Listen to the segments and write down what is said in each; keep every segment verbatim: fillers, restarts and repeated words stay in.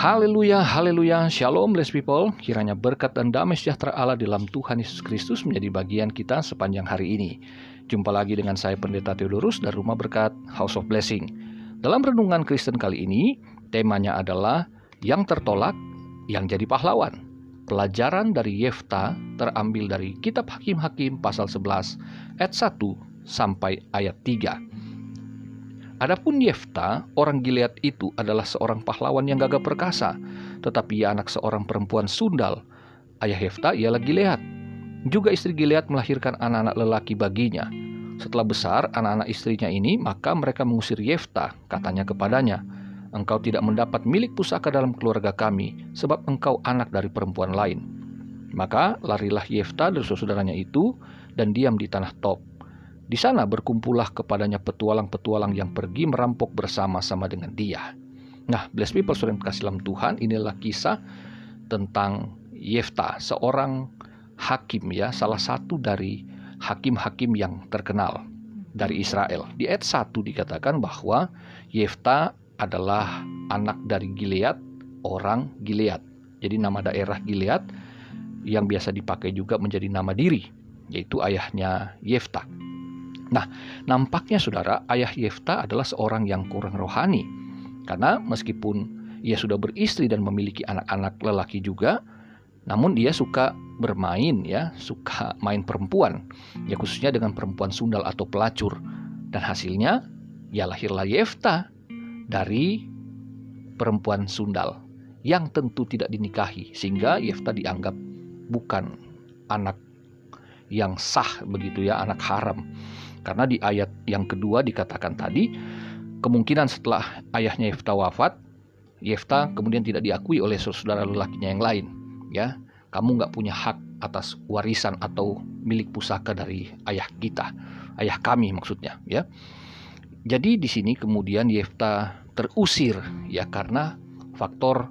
Haleluya, haleluya, shalom blessed people. Kiranya berkat dan damai sejahtera Allah dalam Tuhan Yesus Kristus menjadi bagian kita sepanjang hari ini. Jumpa lagi dengan saya Pendeta Theodorus dari Rumah Berkat House of Blessing. Dalam renungan Kristen kali ini, temanya adalah yang tertolak, yang jadi pahlawan. Pelajaran dari Yefta terambil dari Kitab Hakim-Hakim pasal sebelas ayat satu sampai ayat tiga. Adapun Yefta, orang Gilead itu adalah seorang pahlawan yang gagah perkasa, tetapi ia anak seorang perempuan sundal. Ayah Yefta ialah Gilead. Juga istri Gilead melahirkan anak-anak lelaki baginya. Setelah besar anak-anak istrinya ini, maka mereka mengusir Yefta, katanya kepadanya, "Engkau tidak mendapat milik pusaka dalam keluarga kami, sebab engkau anak dari perempuan lain." Maka larilah Yefta dari saudaranya itu dan diam di tanah Tob. Di sana berkumpullah kepadanya petualang-petualang yang pergi merampok bersama-sama dengan dia. Nah, blessed people, saudara yang kasih dalam Tuhan, inilah kisah tentang Yefta, seorang hakim ya, salah satu dari hakim-hakim yang terkenal dari Israel. Di ayat satu dikatakan bahwa Yefta adalah anak dari Gilead, orang Gilead. Jadi nama daerah Gilead yang biasa dipakai juga menjadi nama diri, yaitu ayahnya Yefta. Nah, nampaknya saudara, ayah Yefta adalah seorang yang kurang rohani. Karena meskipun ia sudah beristri dan memiliki anak-anak lelaki juga, namun dia suka bermain ya, suka main perempuan. Ya khususnya dengan perempuan sundal atau pelacur. Dan hasilnya, ya lahirlah Yefta dari perempuan sundal yang tentu tidak dinikahi. Sehingga Yefta dianggap bukan anak yang sah begitu ya, anak haram. Karena di ayat yang kedua dikatakan tadi, kemungkinan setelah ayahnya Yefta wafat, Yefta kemudian tidak diakui oleh saudara lelakinya yang lain. Ya, kamu nggak punya hak atas warisan atau milik pusaka dari ayah kita, ayah kami maksudnya. Ya, jadi di sini kemudian Yefta terusir ya karena faktor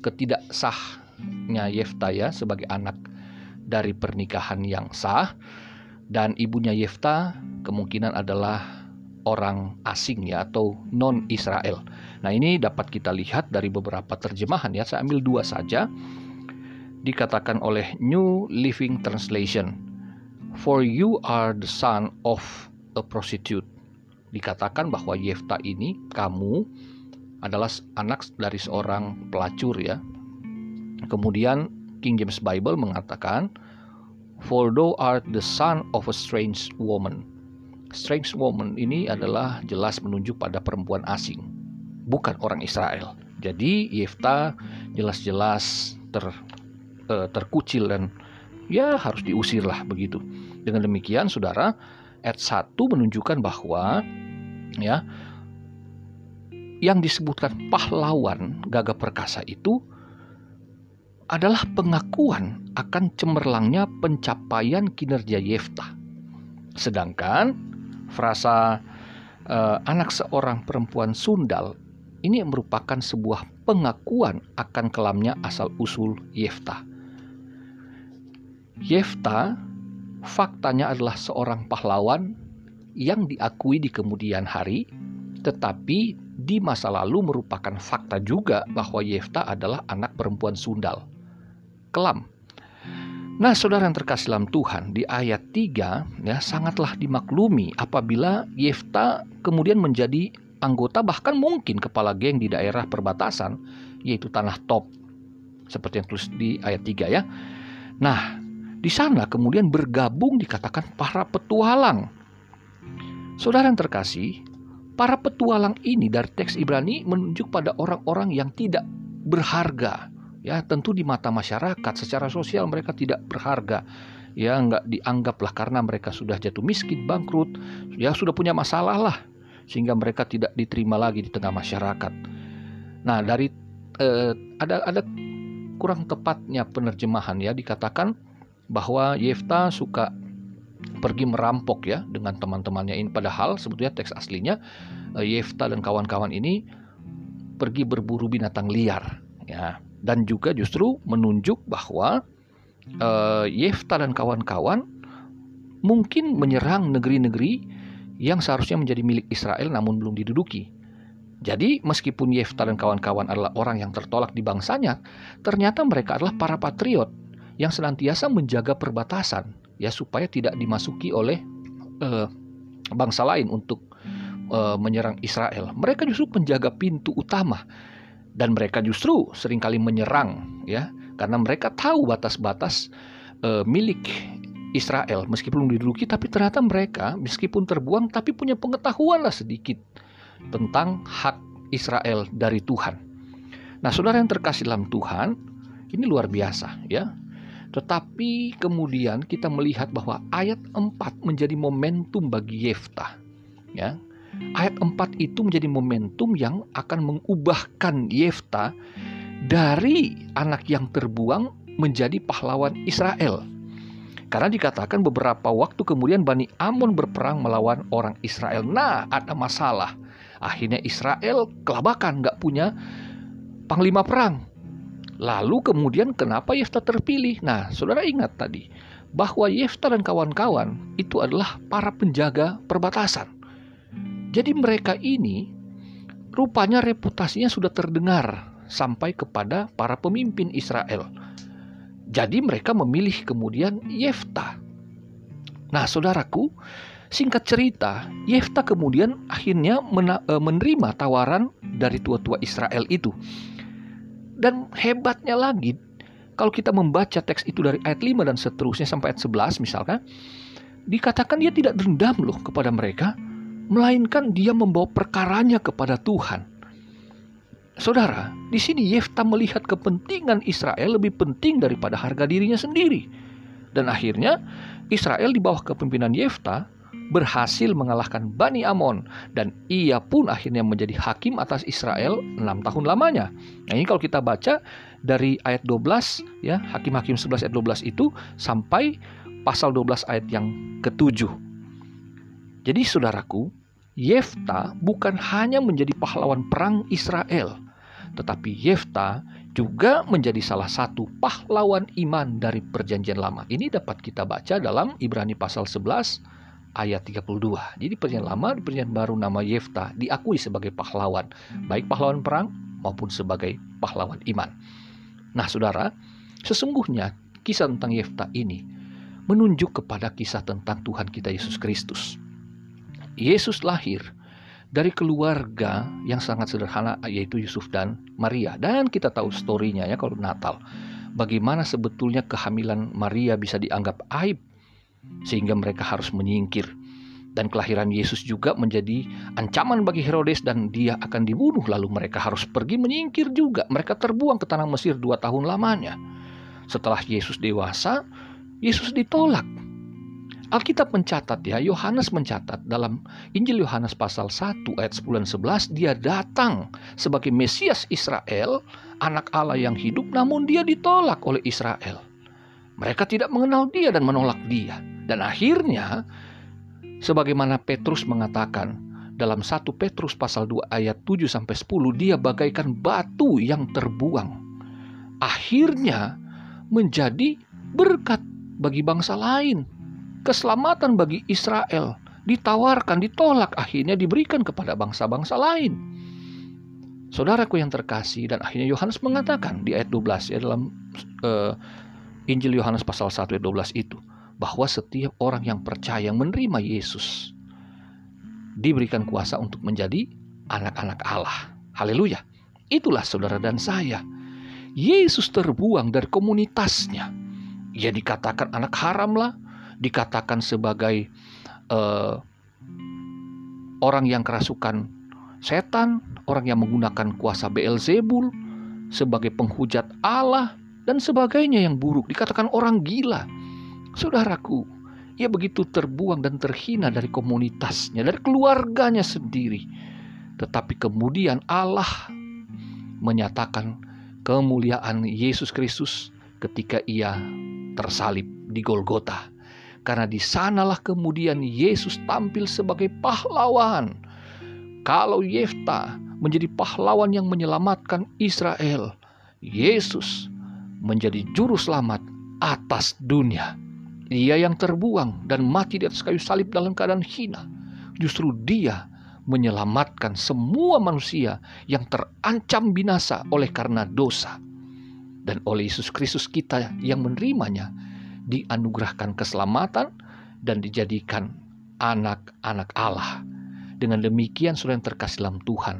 ketidaksahnya Yefta ya sebagai anak dari pernikahan yang sah. Dan ibunya Yefta kemungkinan adalah orang asing ya atau non-Israel. Nah, ini dapat kita lihat dari beberapa terjemahan ya. Saya ambil dua saja. Dikatakan oleh New Living Translation, "For you are the son of a prostitute." Dikatakan bahwa Yefta ini, kamu adalah anak dari seorang pelacur ya. Kemudian King James Bible mengatakan, "For thou art the son of a strange woman." Strange woman ini adalah jelas menunjuk pada perempuan asing, bukan orang Israel. Jadi Yefta jelas-jelas ter, eh, terkucil dan ya harus diusir lah begitu. Dengan demikian saudara, ayat satu menunjukkan bahwa ya yang disebutkan pahlawan gagah perkasa itu adalah pengakuan akan cemerlangnya pencapaian kinerja Yefta. Sedangkan frasa uh, anak seorang perempuan sundal ini merupakan sebuah pengakuan akan kelamnya asal-usul Yefta. Yefta faktanya adalah seorang pahlawan yang diakui di kemudian hari, tetapi di masa lalu merupakan fakta juga bahwa Yefta adalah anak perempuan sundal, kelam. Nah, saudara yang terkasih dalam Tuhan, di ayat tiga ya sangatlah dimaklumi apabila Yefta kemudian menjadi anggota bahkan mungkin kepala geng di daerah perbatasan, yaitu tanah Tob, seperti yang tulis di ayat tiga ya. Nah, di sana kemudian bergabung dikatakan para petualang. Saudara yang terkasih, para petualang ini dari teks Ibrani menunjuk pada orang-orang yang tidak berharga. Ya, tentu di mata masyarakat secara sosial mereka tidak berharga. Ya, nggak dianggaplah karena mereka sudah jatuh miskin, bangkrut, ya sudah punya masalah lah, sehingga mereka tidak diterima lagi di tengah masyarakat. Nah, dari eh, ada ada kurang tepatnya penerjemahan ya, dikatakan bahwa Yefta suka pergi merampok ya dengan teman-temannya ini, padahal sebetulnya teks aslinya eh, Yefta dan kawan-kawan ini pergi berburu binatang liar ya. Dan juga justru menunjuk bahwa uh, Yefta dan kawan-kawan mungkin menyerang negeri-negeri yang seharusnya menjadi milik Israel namun belum diduduki. Jadi meskipun Yefta dan kawan-kawan adalah orang yang tertolak di bangsanya, ternyata mereka adalah para patriot yang senantiasa menjaga perbatasan, ya, supaya tidak dimasuki oleh uh, bangsa lain untuk uh, menyerang Israel. Mereka justru menjaga pintu utama, dan mereka justru seringkali menyerang, ya, karena mereka tahu batas-batas uh, milik Israel. Meskipun diduduki, tapi ternyata mereka meskipun terbuang, tapi punya pengetahuan lah sedikit tentang hak Israel dari Tuhan. Nah, saudara yang terkasih dalam Tuhan, ini luar biasa, ya. Tetapi kemudian kita melihat bahwa ayat empat menjadi momentum bagi Yefta, ya. Ayat empat itu menjadi momentum yang akan mengubahkan Yefta dari anak yang terbuang menjadi pahlawan Israel. Karena dikatakan beberapa waktu kemudian Bani Amon berperang melawan orang Israel. Nah, ada masalah. Akhirnya Israel kelabakan, gak punya panglima perang. Lalu kemudian kenapa Yefta terpilih? Nah, saudara ingat tadi bahwa Yefta dan kawan-kawan itu adalah para penjaga perbatasan. Jadi mereka ini rupanya reputasinya sudah terdengar sampai kepada para pemimpin Israel. Jadi mereka memilih kemudian Yefta. Nah, saudaraku, singkat cerita, Yefta kemudian akhirnya mena- menerima tawaran dari tua-tua Israel itu. Dan hebatnya lagi, kalau kita membaca teks itu dari ayat lima dan seterusnya sampai ayat sebelas misalkan, dikatakan dia tidak dendam loh kepada mereka, melainkan dia membawa perkaranya kepada Tuhan. Saudara, di sini Yefta melihat kepentingan Israel lebih penting daripada harga dirinya sendiri. Dan akhirnya Israel di bawah kepemimpinan Yefta berhasil mengalahkan Bani Amon, dan ia pun akhirnya menjadi hakim atas Israel enam tahun lamanya. Nah, ini kalau kita baca dari ayat dua belas, ya, Hakim-Hakim sebelas ayat dua belas itu sampai pasal dua belas ayat yang ketujuh. Jadi saudaraku, Yefta bukan hanya menjadi pahlawan perang Israel, tetapi Yefta juga menjadi salah satu pahlawan iman dari perjanjian lama. Ini dapat kita baca dalam Ibrani pasal sebelas ayat tiga puluh dua. Jadi perjanjian lama, di perjanjian baru nama Yefta diakui sebagai pahlawan, baik pahlawan perang maupun sebagai pahlawan iman. Nah, saudara, sesungguhnya kisah tentang Yefta ini menunjuk kepada kisah tentang Tuhan kita Yesus Kristus. Yesus lahir dari keluarga yang sangat sederhana, yaitu Yusuf dan Maria. Dan kita tahu story-nya, ya, kalau Natal, bagaimana sebetulnya kehamilan Maria bisa dianggap aib sehingga mereka harus menyingkir. Dan kelahiran Yesus juga menjadi ancaman bagi Herodes dan dia akan dibunuh. Lalu mereka harus pergi menyingkir juga. Mereka terbuang ke tanah Mesir dua tahun lamanya. Setelah Yesus dewasa, Yesus ditolak. Alkitab mencatat, ya, Yohanes mencatat dalam Injil Yohanes pasal satu ayat sepuluh dan sebelas, dia datang sebagai Mesias Israel, anak Allah yang hidup, namun dia ditolak oleh Israel. Mereka tidak mengenal dia dan menolak dia. Dan akhirnya, sebagaimana Petrus mengatakan dalam satu Petrus pasal dua ayat tujuh sampai sepuluh, dia bagaikan batu yang terbuang. Akhirnya menjadi berkat bagi bangsa lain. Keselamatan bagi Israel ditawarkan, ditolak, akhirnya diberikan kepada bangsa-bangsa lain. Saudaraku yang terkasih, dan akhirnya Yohanes mengatakan di ayat dua belas, ya, dalam uh, Injil Yohanes pasal satu ayat dua belas itu, bahwa setiap orang yang percaya menerima Yesus diberikan kuasa untuk menjadi anak-anak Allah. Haleluya. Itulah saudara dan saya. Yesus terbuang dari komunitasnya. Ia dikatakan anak haram lah, dikatakan sebagai uh, orang yang kerasukan setan, orang yang menggunakan kuasa Beelzebul, sebagai penghujat Allah, dan sebagainya yang buruk. Dikatakan orang gila. Saudaraku, ia begitu terbuang dan terhina dari komunitasnya, dari keluarganya sendiri. Tetapi kemudian Allah menyatakan kemuliaan Yesus Kristus ketika ia tersalib di Golgota. Karena di sanalah kemudian Yesus tampil sebagai pahlawan. Kalau Yefta menjadi pahlawan yang menyelamatkan Israel, Yesus menjadi juru selamat atas dunia. Ia yang terbuang dan mati di atas kayu salib dalam keadaan hina, justru dia menyelamatkan semua manusia yang terancam binasa oleh karena dosa. Dan oleh Yesus Kristus kita yang menerimanya, dianugerahkan keselamatan dan dijadikan anak-anak Allah. Dengan demikian, saudara yang terkasih dalam Tuhan,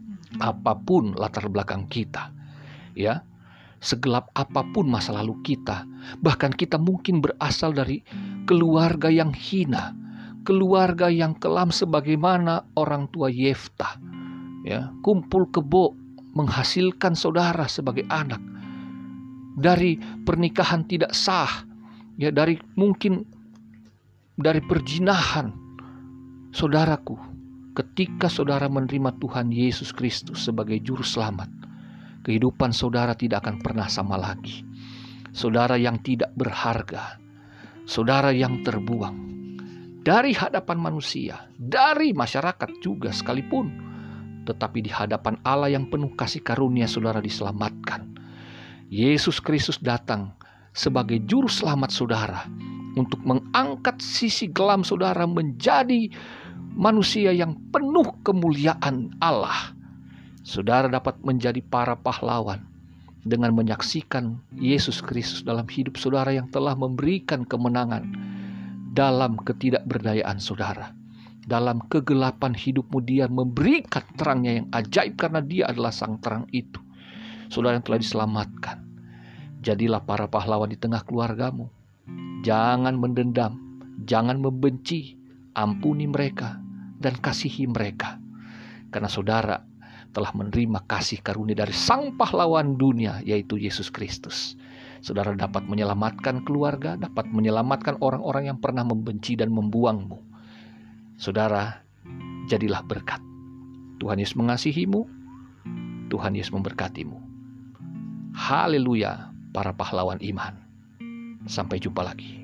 apapun latar belakang kita, ya, segelap apapun masa lalu kita, bahkan kita mungkin berasal dari keluarga yang hina, keluarga yang kelam sebagaimana orang tua Yeftah, ya, kumpul kebo menghasilkan saudara sebagai anak, dari pernikahan tidak sah, ya, dari mungkin dari perjinahan. Saudaraku, ketika saudara menerima Tuhan Yesus Kristus sebagai juru selamat, kehidupan saudara tidak akan pernah sama lagi. Saudara yang tidak berharga, saudara yang terbuang dari hadapan manusia, dari masyarakat juga sekalipun, tetapi di hadapan Allah yang penuh kasih karunia, saudara diselamatkan. Yesus Kristus datang sebagai juru selamat saudara untuk mengangkat sisi kelam saudara menjadi manusia yang penuh kemuliaan Allah. Saudara dapat menjadi para pahlawan dengan menyaksikan Yesus Kristus dalam hidup saudara yang telah memberikan kemenangan dalam ketidakberdayaan saudara. Dalam kegelapan hidupmu, Dia memberikan terangnya yang ajaib karena Dia adalah sang terang itu. Saudara yang telah diselamatkan, jadilah para pahlawan di tengah keluargamu. Jangan mendendam, jangan membenci, ampuni mereka dan kasihi mereka. Karena saudara telah menerima kasih karunia dari sang pahlawan dunia, yaitu Yesus Kristus. Saudara dapat menyelamatkan keluarga, dapat menyelamatkan orang-orang yang pernah membenci dan membuangmu. Saudara, jadilah berkat. Tuhan Yesus mengasihimu, Tuhan Yesus memberkatimu. Haleluya, para pahlawan iman. Sampai jumpa lagi.